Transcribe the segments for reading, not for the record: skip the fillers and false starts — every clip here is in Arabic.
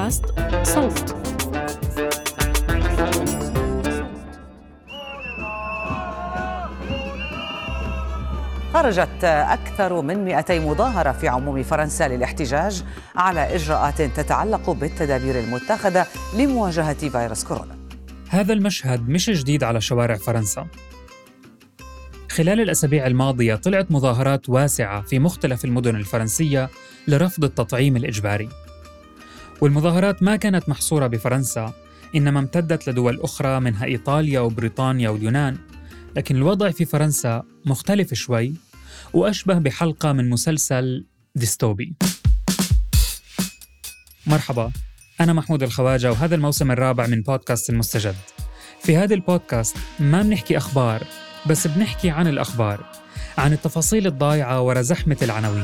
بودكاست صوت. خرجت أكثر من 200 مظاهرة في عموم فرنسا للاحتجاج على إجراءات تتعلق بالتدابير المتخذة لمواجهة فيروس كورونا. هذا المشهد مش جديد على شوارع فرنسا. خلال الأسابيع الماضية طلعت مظاهرات واسعة في مختلف المدن الفرنسية لرفض التطعيم الإجباري. والمظاهرات ما كانت محصورة بفرنسا، إنما امتدت لدول أخرى منها إيطاليا وبريطانيا واليونان. لكن الوضع في فرنسا مختلف شوي وأشبه بحلقة من مسلسل ديستوبي. مرحبا، أنا محمود الخواجة وهذا الموسم الرابع من بودكاست المستجد. في هذا البودكاست ما بنحكي أخبار، بس بنحكي عن الأخبار، عن التفاصيل الضايعة وراء زحمة العناوين.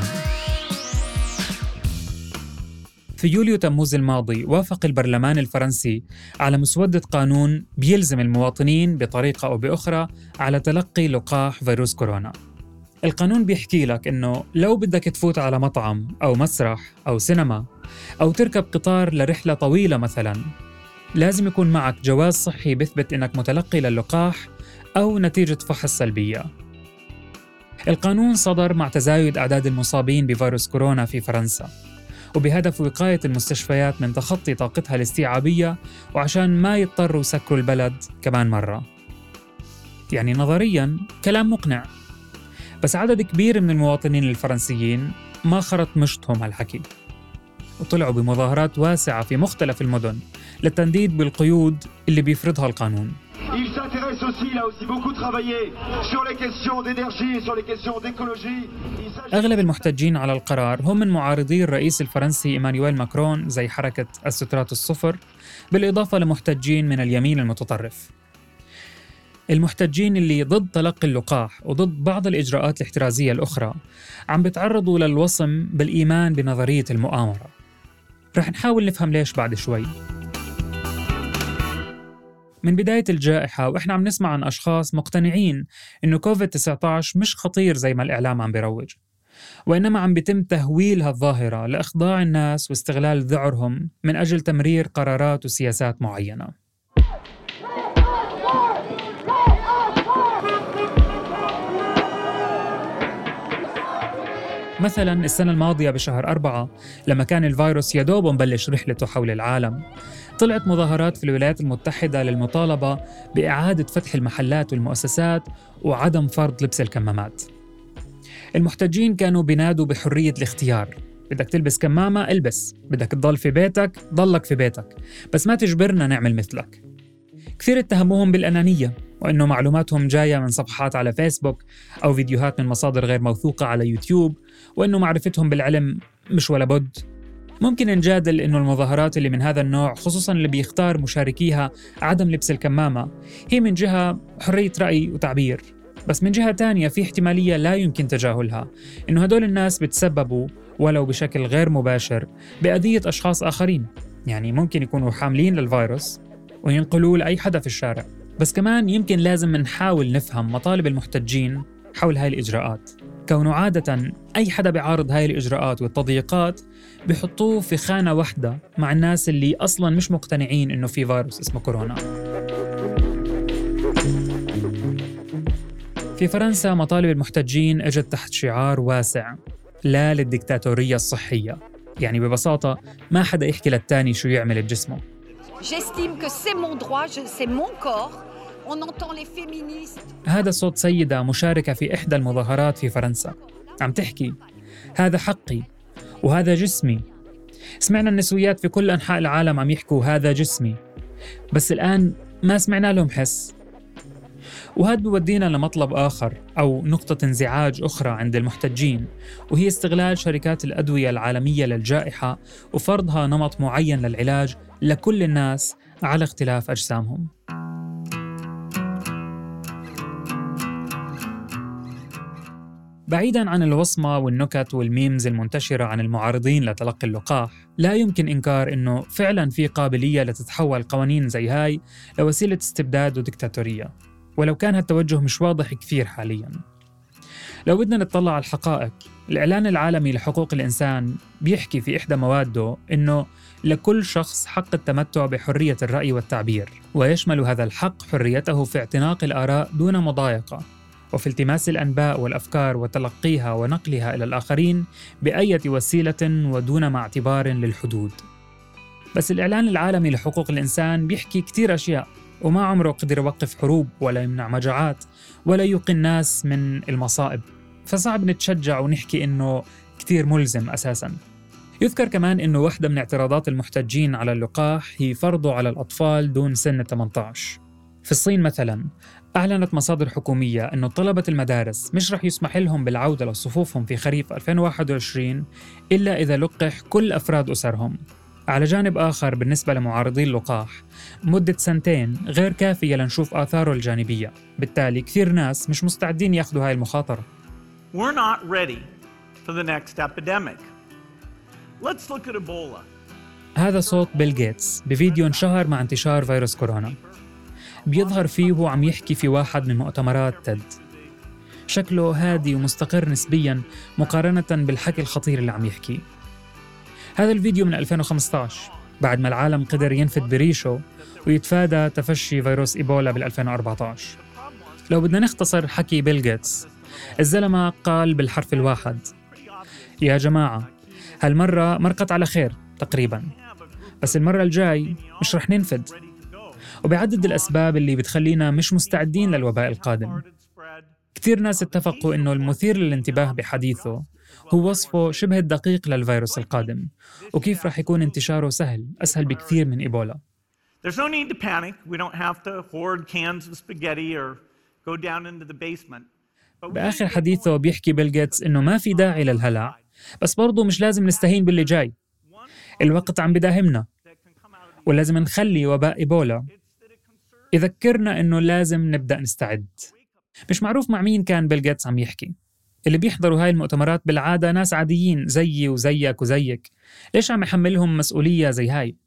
في يوليو تموز الماضي وافق البرلمان الفرنسي على مسودة قانون بيلزم المواطنين بطريقة أو بأخرى على تلقي لقاح فيروس كورونا. القانون بيحكي لك إنه لو بدك تفوت على مطعم أو مسرح أو سينما أو تركب قطار لرحلة طويلة مثلاً، لازم يكون معك جواز صحي بيثبت إنك متلقي للقاح أو نتيجة فحص سلبية. القانون صدر مع تزايد أعداد المصابين بفيروس كورونا في فرنسا، وبهدف وقاية المستشفيات من تخطي طاقتها الاستيعابية وعشان ما يضطروا يسكروا البلد كمان مرة. يعني نظرياً كلام مقنع، بس عدد كبير من المواطنين الفرنسيين ما خرط مشطهم هالحكي، وطلعوا بمظاهرات واسعة في مختلف المدن للتنديد بالقيود اللي بيفرضها القانون. Il s'intéresse aussi, là aussi, beaucoup travaillé sur les questions d'énergie et sur les questions d'écologie. أغلب المحتجين على القرار هم من معارضي الرئيس الفرنسي إيمانويل ماكرون زي حركة السترات الصفر، بالإضافة لمحتجين من اليمين المتطرف. المحتجين اللي ضد تلقي اللقاح وضد بعض الإجراءات الاحترازية الأخرى عم بتعرضوا للوصم بالإيمان بنظرية المؤامرة. رح نحاول نفهم ليش بعد شوي. من بداية الجائحة وإحنا عم نسمع عن أشخاص مقتنعين إنه كوفيد-19 مش خطير زي ما الإعلام عم بيروج، وإنما عم بيتم تهويل هالظاهرة لإخضاع الناس واستغلال ذعرهم من أجل تمرير قرارات وسياسات معينة. مثلاً السنة الماضية بشهر 4 لما كان الفيروس يدوب مبلش رحلته حول العالم، طلعت مظاهرات في الولايات المتحدة للمطالبة بإعادة فتح المحلات والمؤسسات وعدم فرض لبس الكمامات. المحتجين كانوا بينادوا بحرية الاختيار، بدك تلبس كمامة البس، بدك تضل في بيتك ضلك في بيتك، بس ما تجبرنا نعمل مثلك. كثير اتهموهم بالأنانية وإنه معلوماتهم جاية من صفحات على فيسبوك أو فيديوهات من مصادر غير موثوقة على يوتيوب، وإنه معرفتهم بالعلم مش ولا بد. ممكن نجادل إنه المظاهرات اللي من هذا النوع، خصوصاً اللي بيختار مشاركيها عدم لبس الكمامة، هي من جهة حرية رأي وتعبير، بس من جهة تانية في احتمالية لا يمكن تجاهلها إنه هدول الناس بتسببوا ولو بشكل غير مباشر بأذية أشخاص آخرين. يعني ممكن يكونوا حاملين للفيروس وينقلوه لأي حدا في الشارع. بس كمان يمكن لازم نحاول نفهم مطالب المحتجين حول هاي الإجراءات، كونه عادة أي حدا بيعارض هاي الإجراءات والتضييقات بيحطوه في خانة واحدة مع الناس اللي أصلاً مش مقتنعين إنه في فيروس اسمه كورونا. في فرنسا مطالب المحتجين اجت تحت شعار واسع: لا للديكتاتورية الصحية. يعني ببساطة ما حدا يحكي للتاني شو يعمل بجسمه. J'estime que c'est mon droit, c'est mon corps. On entend les féministes. هذا صوت سيدة مشاركة في إحدى المظاهرات في فرنسا، عم تحكي: هذا حقي وهذا جسمي. سمعنا النسويات في كل أنحاء العالم عم يحكوا هذا جسمي، بس الآن ما سمعنا لهم حس. وهذا بودينا لمطلب آخر أو نقطة انزعاج أخرى عند المحتجين، وهي استغلال شركات الأدوية العالمية للجائحة وفرضها نمط معين للعلاج لكل الناس على اختلاف أجسامهم. بعيداً عن الوصمة والنكت والميمز المنتشرة عن المعارضين لتلقي اللقاح، لا يمكن إنكار إنه فعلاً في قابلية لتتحول قوانين زي هاي لوسيلة استبداد وديكتاتورية، ولو كان هالتوجه مش واضح كثير حالياً. لو بدنا نطلع على الحقائق، الإعلان العالمي لحقوق الإنسان بيحكي في إحدى مواده إنه لكل شخص حق التمتع بحرية الرأي والتعبير، ويشمل هذا الحق حريته في اعتناق الآراء دون مضايقة، وفي التماس الأنباء والأفكار وتلقيها ونقلها إلى الآخرين بأية وسيلة ودون ما اعتبار للحدود. بس الإعلان العالمي لحقوق الإنسان بيحكي كتير أشياء، وما عمره قدر يوقف حروب ولا يمنع مجاعات ولا يوقي الناس من المصائب، فصعب نتشجع ونحكي إنه كتير ملزم أساساً. يذكر كمان إنه واحدة من اعتراضات المحتجين على اللقاح هي فرضه على الأطفال دون سن 18. في الصين مثلاً أعلنت مصادر حكومية إنه طلبة المدارس مش رح يسمح لهم بالعودة لصفوفهم في خريف 2021 إلا إذا لقح كل أفراد أسرهم. على جانب آخر بالنسبة لمعارضي اللقاح، مدة 2 غير كافية لنشوف آثاره الجانبية، بالتالي كثير ناس مش مستعدين ياخدوا هاي المخاطرة. We're not ready for the next epidemic. Let's look at Ebola. هذا صوت بيل غيتس بفيديو انشهر مع انتشار فيروس كورونا، بيظهر فيه وهو عم يحكي في واحد من مؤتمرات تيد. شكله هادي ومستقر نسبياً مقارنة بالحكي الخطير اللي عم يحكيه. هذا الفيديو من 2015 بعد ما العالم قدر ينفد بريشه ويتفادى تفشي فيروس إيبولا بال2014. لو بدنا نختصر حكي بيل غيتس، الزلمة قال بالحرف الواحد: يا جماعة، هالمرة مرقت على خير تقريباً، بس المرة الجاي مش رح ننفد. وبيعدد الأسباب اللي بتخلينا مش مستعدين للوباء القادم. كتير ناس اتفقوا إنه المثير للانتباه بحديثه هو وصفه شبه الدقيق للفيروس القادم، وكيف رح يكون انتشاره أسهل بكثير من إيبولا. There's no need to panic. We don't have to hoard cans of spaghetti or go down into the basement. بآخر حديثه بيحكي بيل غيتس إنه ما في داعي للهلع، بس برضو مش لازم نستهين باللي جاي. الوقت عم بداهمنا، ولازم نخلي وباء إيبولا يذكرنا إنه لازم نبدأ نستعد. مش معروف مع مين كان بيل غيتس عم يحكي. اللي بيحضروا هاي المؤتمرات بالعادة ناس عاديين زيي وزيك وزيك، ليش عم يحملهم مسؤولية زي هاي؟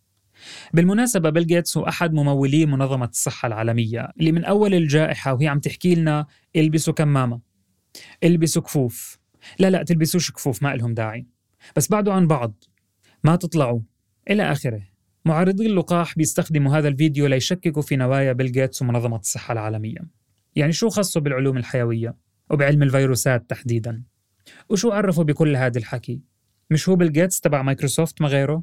بالمناسبة بيل غيتس هو أحد ممولي منظمة الصحة العالمية، اللي من أول الجائحة وهي عم تحكي لنا البسوا كمامة، البسوا كفوف، لا تلبسوش كفوف ما لهم داعي، بس بعدوا عن بعض، ما تطلعوا، إلى آخره. معارضي اللقاح بيستخدموا هذا الفيديو ليشككوا في نوايا بيل غيتس ومنظمة الصحة العالمية. يعني شو خصوا بالعلوم الحيوية وبعلم الفيروسات تحديداً؟ وشو عرفوا بكل هذا الحكي؟ مش هو بيل غيتس تبع مايكروسوفت ما غيره؟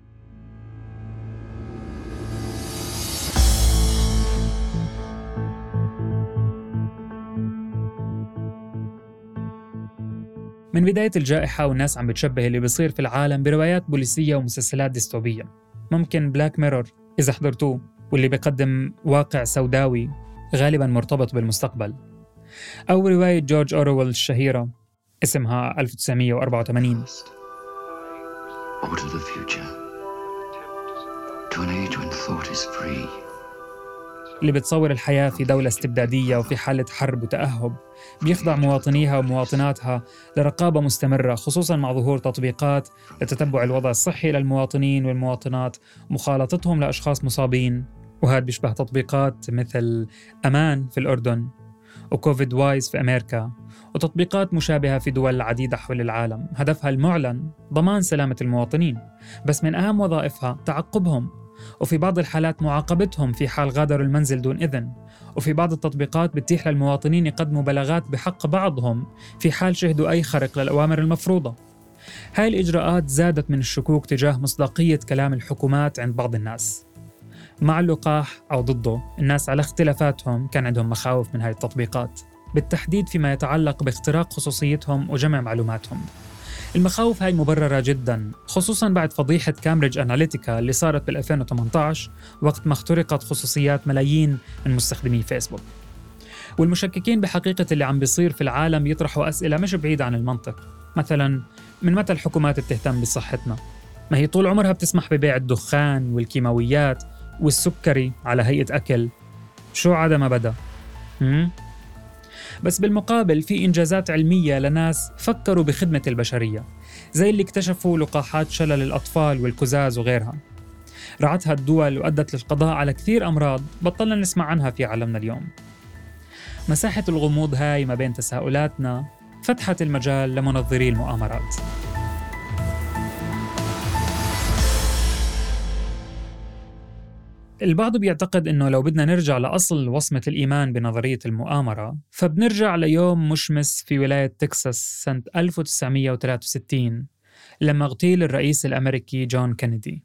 من بداية الجائحة والناس عم بتشبه اللي بيصير في العالم بروايات بوليسية ومسلسلات ديستوبية، ممكن بلاك ميرور إذا حضرتوه، واللي بيقدم واقع سوداوي غالباً مرتبط بالمستقبل، أو رواية جورج أورويل الشهيرة اسمها 1984. Or to the future, to an age when thought is free. اللي بتصور الحياة في دولة استبدادية وفي حالة حرب وتأهب، بيخضع مواطنيها ومواطناتها لرقابة مستمرة، خصوصاً مع ظهور تطبيقات لتتبع الوضع الصحي للمواطنين والمواطنات ومخالطتهم لأشخاص مصابين. وهذا بيشبه تطبيقات مثل أمان في الأردن وكوفيد وايز في أمريكا، وتطبيقات مشابهة في دول عديدة حول العالم، هدفها المعلن ضمان سلامة المواطنين، بس من أهم وظائفها تعقبهم، وفي بعض الحالات معاقبتهم في حال غادروا المنزل دون إذن، وفي بعض التطبيقات بتتيح للمواطنين يقدموا بلاغات بحق بعضهم في حال شهدوا أي خرق للأوامر المفروضة. هاي الإجراءات زادت من الشكوك تجاه مصداقية كلام الحكومات عند بعض الناس. مع اللقاح أو ضده، الناس على اختلافاتهم كان عندهم مخاوف من هاي التطبيقات، بالتحديد فيما يتعلق باختراق خصوصيتهم وجمع معلوماتهم. المخاوف هاي مبررة جداً، خصوصاً بعد فضيحة كامبريدج أناليتيكا اللي صارت بال2018 وقت ما اخترقت خصوصيات ملايين من مستخدمي فيسبوك. والمشككين بحقيقة اللي عم بيصير في العالم يطرحوا أسئلة مش بعيدة عن المنطق، مثلاً من متى الحكومات بتهتم بصحتنا؟ ما هي طول عمرها بتسمح ببيع الدخان والكيماويات والسكري على هيئة أكل، شو عدا ما بدأ؟ بس بالمقابل في إنجازات علمية لناس فكروا بخدمة البشرية، زي اللي اكتشفوا لقاحات شلل الأطفال والكزاز وغيرها، رعتها الدول وأدت للقضاء على كثير أمراض بطلنا نسمع عنها في عالمنا اليوم. مساحة الغموض هاي ما بين تساؤلاتنا فتحت المجال لمنظري المؤامرات. البعض بيعتقد إنه لو بدنا نرجع لأصل وصمة الإيمان بنظرية المؤامرة فبنرجع ليوم مشمس في ولاية تكساس سنة 1963 لما اغتيل الرئيس الأمريكي جون كينيدي.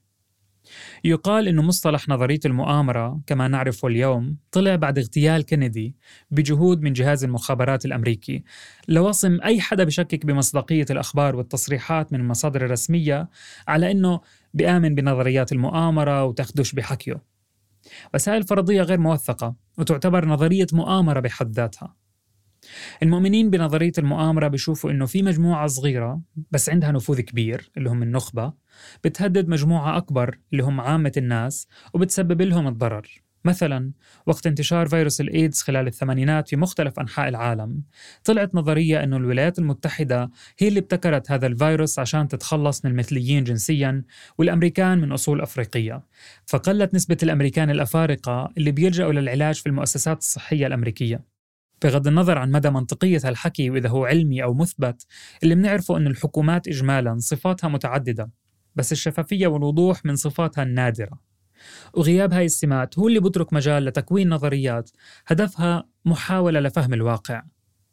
يقال إنه مصطلح نظرية المؤامرة كما نعرفه اليوم طلع بعد اغتيال كينيدي بجهود من جهاز المخابرات الأمريكي لوصم أي حدا بشكك بمصداقية الأخبار والتصريحات من المصادر الرسمية على إنه بيآمن بنظريات المؤامرة وتخدش بحكيه. بس هاي الفرضية غير موثقة وتعتبر نظرية مؤامرة بحد ذاتها. المؤمنين بنظرية المؤامرة بيشوفوا إنه في مجموعة صغيرة بس عندها نفوذ كبير اللي هم النخبة بتهدد مجموعة أكبر اللي هم عامة الناس وبتسبب لهم الضرر. مثلا وقت انتشار فيروس الإيدز خلال الثمانينات في مختلف أنحاء العالم طلعت نظرية أنه الولايات المتحدة هي اللي ابتكرت هذا الفيروس عشان تتخلص من المثليين جنسيا والأمريكان من أصول أفريقية، فقلت نسبة الأمريكان الأفارقة اللي بيلجأوا للعلاج في المؤسسات الصحية الأمريكية. بغض النظر عن مدى منطقية هالحكي وإذا هو علمي أو مثبت، اللي بنعرفه أن الحكومات إجمالاً صفاتها متعددة، بس الشفافية والوضوح من صفاتها النادرة، وغياب هاي السمات هو اللي بترك مجال لتكوين نظريات هدفها محاولة لفهم الواقع.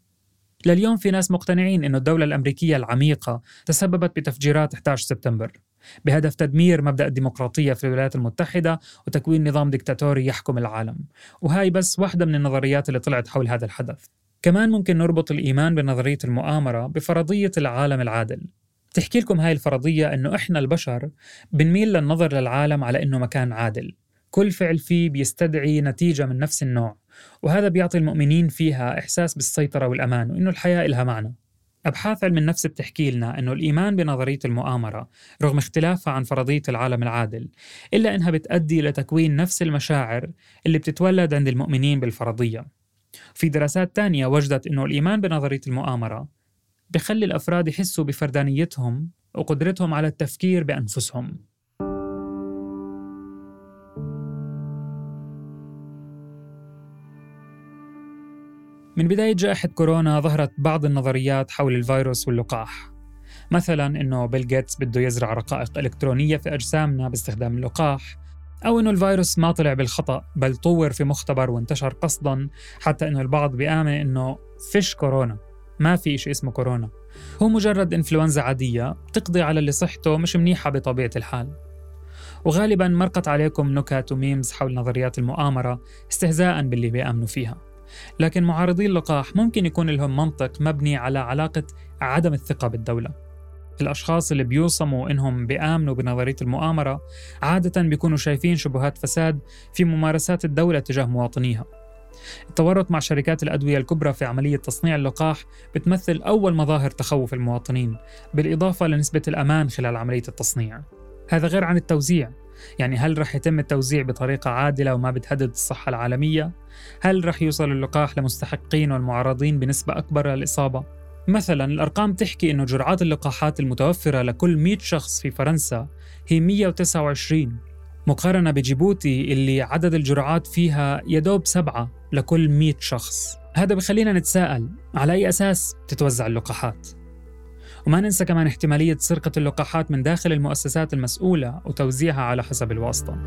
لليوم في ناس مقتنعين أن الدولة الأمريكية العميقة تسببت بتفجيرات 11 سبتمبر بهدف تدمير مبدأ الديمقراطية في الولايات المتحدة وتكوين نظام ديكتاتوري يحكم العالم، وهاي بس واحدة من النظريات اللي طلعت حول هذا الحدث. كمان ممكن نربط الإيمان بنظرية المؤامرة بفرضية العالم العادل. تحكي لكم هاي الفرضية أنه إحنا البشر بنميل للنظر للعالم على أنه مكان عادل، كل فعل فيه بيستدعي نتيجة من نفس النوع، وهذا بيعطي المؤمنين فيها إحساس بالسيطرة والأمان وأنه الحياة إلها معنى. أبحاث علم النفس بتحكي لنا أنه الإيمان بنظرية المؤامرة رغم اختلافها عن فرضية العالم العادل إلا أنها بتؤدي لتكوين نفس المشاعر اللي بتتولد عند المؤمنين بالفرضية. في دراسات تانية وجدت أنه الإيمان بنظرية المؤامرة بيخلي الأفراد يحسوا بفردانيتهم وقدرتهم على التفكير بأنفسهم. من بداية جائحة كورونا ظهرت بعض النظريات حول الفيروس واللقاح، مثلاً إنه بيل جيتس بده يزرع رقائق إلكترونية في أجسامنا باستخدام اللقاح، أو إنه الفيروس ما طلع بالخطأ بل طور في مختبر وانتشر قصداً، حتى إنه البعض بيآمن إنه فيش كورونا، ما في إشي اسمه كورونا، هو مجرد إنفلونزا عادية بتقضي على اللي صحته مش منيحة بطبيعة الحال. وغالباً مرقت عليكم نكت وميمز حول نظريات المؤامرة استهزاءً باللي بيآمنوا فيها، لكن معارضي اللقاح ممكن يكون لهم منطق مبني على علاقة عدم الثقة بالدولة. الأشخاص اللي بيوصموا إنهم بيآمنوا بنظرية المؤامرة عادة بيكونوا شايفين شبهات فساد في ممارسات الدولة تجاه مواطنيها. التورط مع شركات الأدوية الكبرى في عملية تصنيع اللقاح بتمثل أول مظاهر تخوف المواطنين، بالإضافة لنسبة الأمان خلال عملية التصنيع. هذا غير عن التوزيع، يعني هل رح يتم التوزيع بطريقة عادلة وما بتهدد الصحة العالمية؟ هل رح يوصل اللقاح لمستحقين والمعرضين بنسبة أكبر للإصابة؟ مثلا الأرقام تحكي إنه جرعات اللقاحات المتوفرة لكل 100 شخص في فرنسا هي 129، مقارنة بجيبوتي اللي عدد الجرعات فيها يدوب 7 لكل 100 شخص. هذا بخلينا نتساءل على أي أساس تتوزع اللقاحات؟ وما ننسى كمان احتمالية سرقة اللقاحات من داخل المؤسسات المسؤولة وتوزيعها على حسب الواسطة.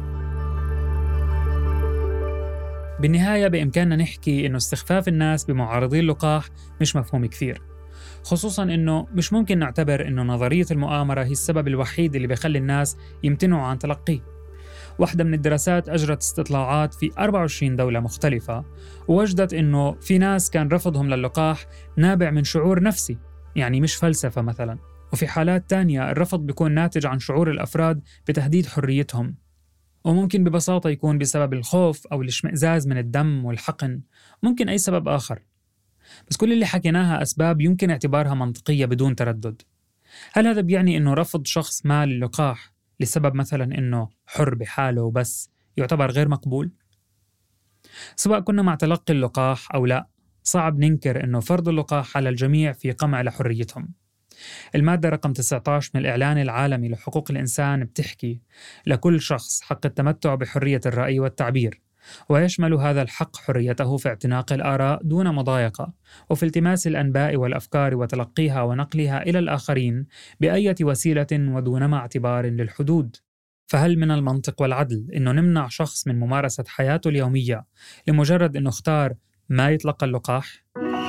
بالنهاية بإمكاننا نحكي إنه استخفاف الناس بمعارضي اللقاح مش مفهوم كثير، خصوصاً إنه مش ممكن نعتبر إنه نظرية المؤامرة هي السبب الوحيد اللي بيخلي الناس يمتنعوا عن تلقيه. واحدة من الدراسات أجرت استطلاعات في 24 دولة مختلفة ووجدت إنه في ناس كان رفضهم للقاح نابع من شعور نفسي، يعني مش فلسفة مثلاً، وفي حالات تانية الرفض بيكون ناتج عن شعور الأفراد بتهديد حريتهم، وممكن ببساطة يكون بسبب الخوف أو الاشمئزاز من الدم والحقن، ممكن أي سبب آخر. بس كل اللي حكيناها أسباب يمكن اعتبارها منطقية بدون تردد. هل هذا بيعني إنه رفض شخص ما للقاح لسبب مثلا إنه حر بحاله وبس يعتبر غير مقبول؟ سواء كنا مع تلقي اللقاح أو لا، صعب ننكر إنه فرض اللقاح على الجميع في قمع لحريتهم. المادة رقم 19 من الإعلان العالمي لحقوق الإنسان بتحكي لكل شخص حق التمتع بحرية الرأي والتعبير ويشمل هذا الحق حريته في اعتناق الآراء دون مضايقة، وفي التماس الأنباء والأفكار وتلقيها ونقلها إلى الآخرين بأية وسيلة ودونما اعتبار للحدود. فهل من المنطق والعدل إنه نمنع شخص من ممارسة حياته اليومية لمجرد إنه اختار ما يتلقى اللقاح؟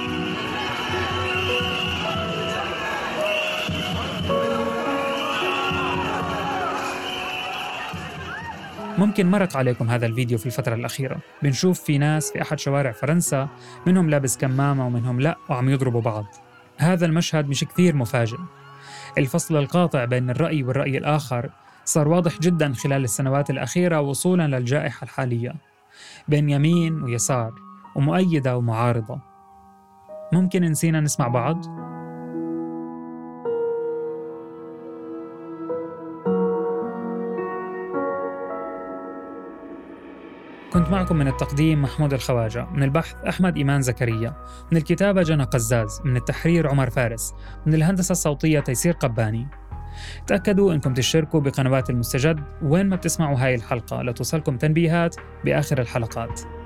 ممكن مرق عليكم هذا الفيديو في الفترة الأخيرة، بنشوف في ناس في أحد شوارع فرنسا منهم لابس كمامة ومنهم لأ وعم يضربوا بعض. هذا المشهد مش كثير مفاجئ. الفصل القاطع بين الرأي والرأي الآخر صار واضح جداً خلال السنوات الأخيرة وصولاً للجائحة الحالية، بين يمين ويسار ومؤيدة ومعارضة. ممكن نسينا نسمع بعض؟ كنت معكم من التقديم محمود الخواجة، من البحث أحمد إيمان زكريا، من الكتابة جنى قزاز، من التحرير عمر فارس، من الهندسة الصوتية تيسير قباني. تأكدوا أنكم تشتركوا بقنوات المستجد وين ما بتسمعوا هاي الحلقة لتوصلكم تنبيهات بآخر الحلقات.